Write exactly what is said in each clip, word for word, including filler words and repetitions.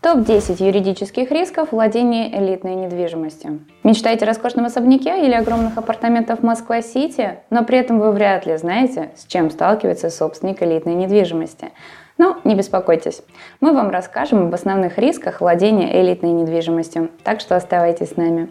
топ десять юридических рисков владения элитной недвижимостью. Мечтаете о роскошном особняке или огромных апартаментах в Москва-Сити, но при этом вы вряд ли знаете, с чем сталкивается собственник элитной недвижимости. Но не беспокойтесь, мы вам расскажем об основных рисках владения элитной недвижимостью, так что оставайтесь с нами.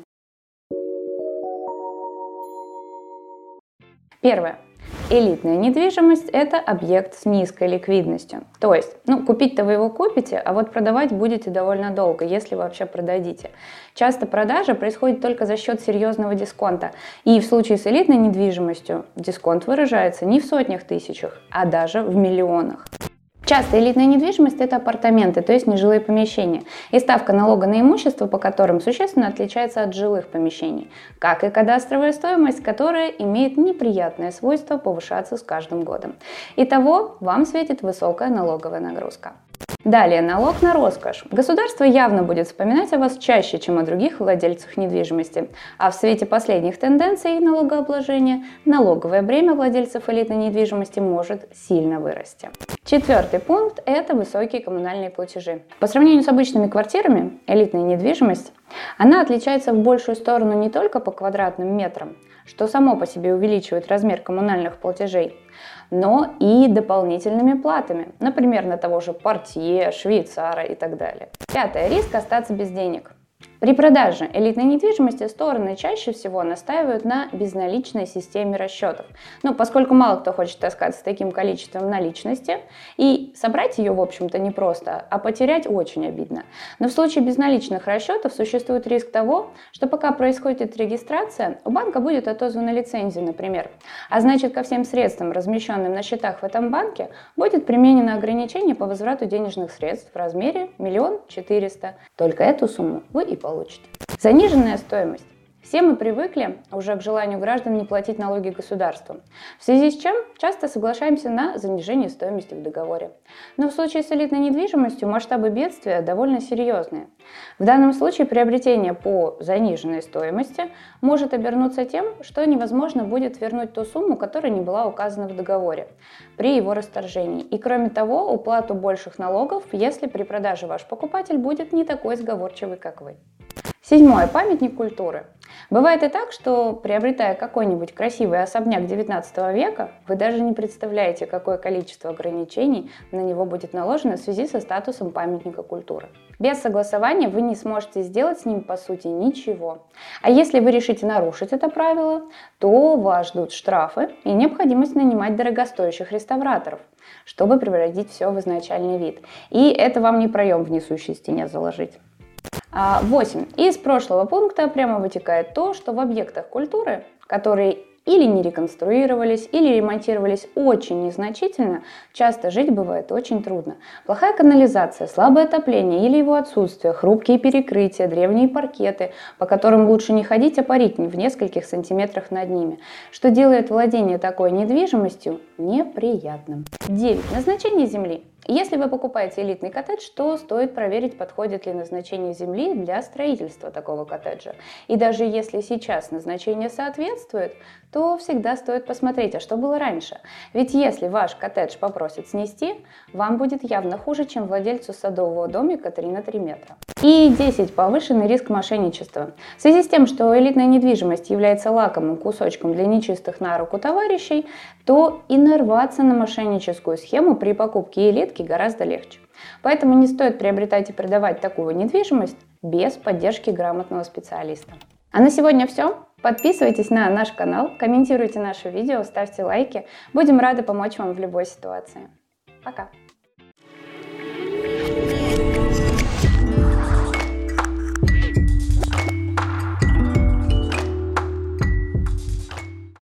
Первое. Элитная недвижимость – это объект с низкой ликвидностью. То есть, ну, купить-то вы его купите, а вот продавать будете довольно долго, если вообще продадите. Часто продажа происходит только за счет серьезного дисконта. И в случае с элитной недвижимостью дисконт выражается не в сотнях тысячах, а даже в миллионах. Часто элитная недвижимость – это апартаменты, то есть нежилые помещения, и ставка налога на имущество по которым существенно отличается от жилых помещений, как и кадастровая стоимость, которая имеет неприятное свойство повышаться с каждым годом. Итого вам светит высокая налоговая нагрузка. Далее, налог на роскошь. Государство явно будет вспоминать о вас чаще, чем о других владельцах недвижимости. А в свете последних тенденций налогообложения налоговое бремя владельцев элитной недвижимости может сильно вырасти. Четвертый пункт – это высокие коммунальные платежи. По сравнению с обычными квартирами, элитная недвижимость, она отличается в большую сторону не только по квадратным метрам, что само по себе увеличивает размер коммунальных платежей, но и дополнительными платами, например, на того же портье, швейцара и так далее. Пятое. Риск остаться без денег. При продаже элитной недвижимости стороны чаще всего настаивают на безналичной системе расчетов. Но поскольку мало кто хочет таскаться с таким количеством наличности, и собрать ее, в общем-то, непросто, а потерять очень обидно. Но в случае безналичных расчетов существует риск того, что пока происходит регистрация, у банка будет отозвана лицензия, например. А значит, ко всем средствам, размещенным на счетах в этом банке, будет применено ограничение по возврату денежных средств в размере миллион четыреста. Только эту сумму вы и получите. Заниженная стоимость. Все мы привыкли уже к желанию граждан не платить налоги государству, в связи с чем часто соглашаемся на занижение стоимости в договоре. Но в случае с элитной недвижимостью масштабы бедствия довольно серьезные. В данном случае приобретение по заниженной стоимости может обернуться тем, что невозможно будет вернуть ту сумму, которая не была указана в договоре при его расторжении. И кроме того, уплату больших налогов, если при продаже ваш покупатель будет не такой сговорчивый, как вы. Седьмое. Памятник культуры. Бывает и так, что, приобретая какой-нибудь красивый особняк девятнадцатого века, вы даже не представляете, какое количество ограничений на него будет наложено в связи со статусом памятника культуры. Без согласования вы не сможете сделать с ним, по сути, ничего. А если вы решите нарушить это правило, то вас ждут штрафы и необходимость нанимать дорогостоящих реставраторов, чтобы превратить все в изначальный вид. И это вам не проем в несущей стене заложить. восемь. Из прошлого пункта прямо вытекает то, что в объектах культуры, которые или не реконструировались, или ремонтировались очень незначительно, часто жить бывает очень трудно. Плохая канализация, слабое отопление или его отсутствие, хрупкие перекрытия, древние паркеты, по которым лучше не ходить, а парить в нескольких сантиметрах над ними, что делает владение такой недвижимостью неприятным. девять. Назначение земли. Если вы покупаете элитный коттедж, то стоит проверить, подходит ли назначение земли для строительства такого коттеджа. И даже если сейчас назначение соответствует, то всегда стоит посмотреть, а что было раньше. Ведь если ваш коттедж попросят снести, вам будет явно хуже, чем владельцу садового домика три на три метра. И десять. Повышенный риск мошенничества. В связи с тем, что элитная недвижимость является лакомым кусочком для нечистых на руку товарищей, то и нарваться на мошенническую схему при покупке элитки гораздо легче. Поэтому не стоит приобретать и продавать такую недвижимость без поддержки грамотного специалиста. А на сегодня все. Подписывайтесь на наш канал, комментируйте наши видео, ставьте лайки. Будем рады помочь вам в любой ситуации. Пока!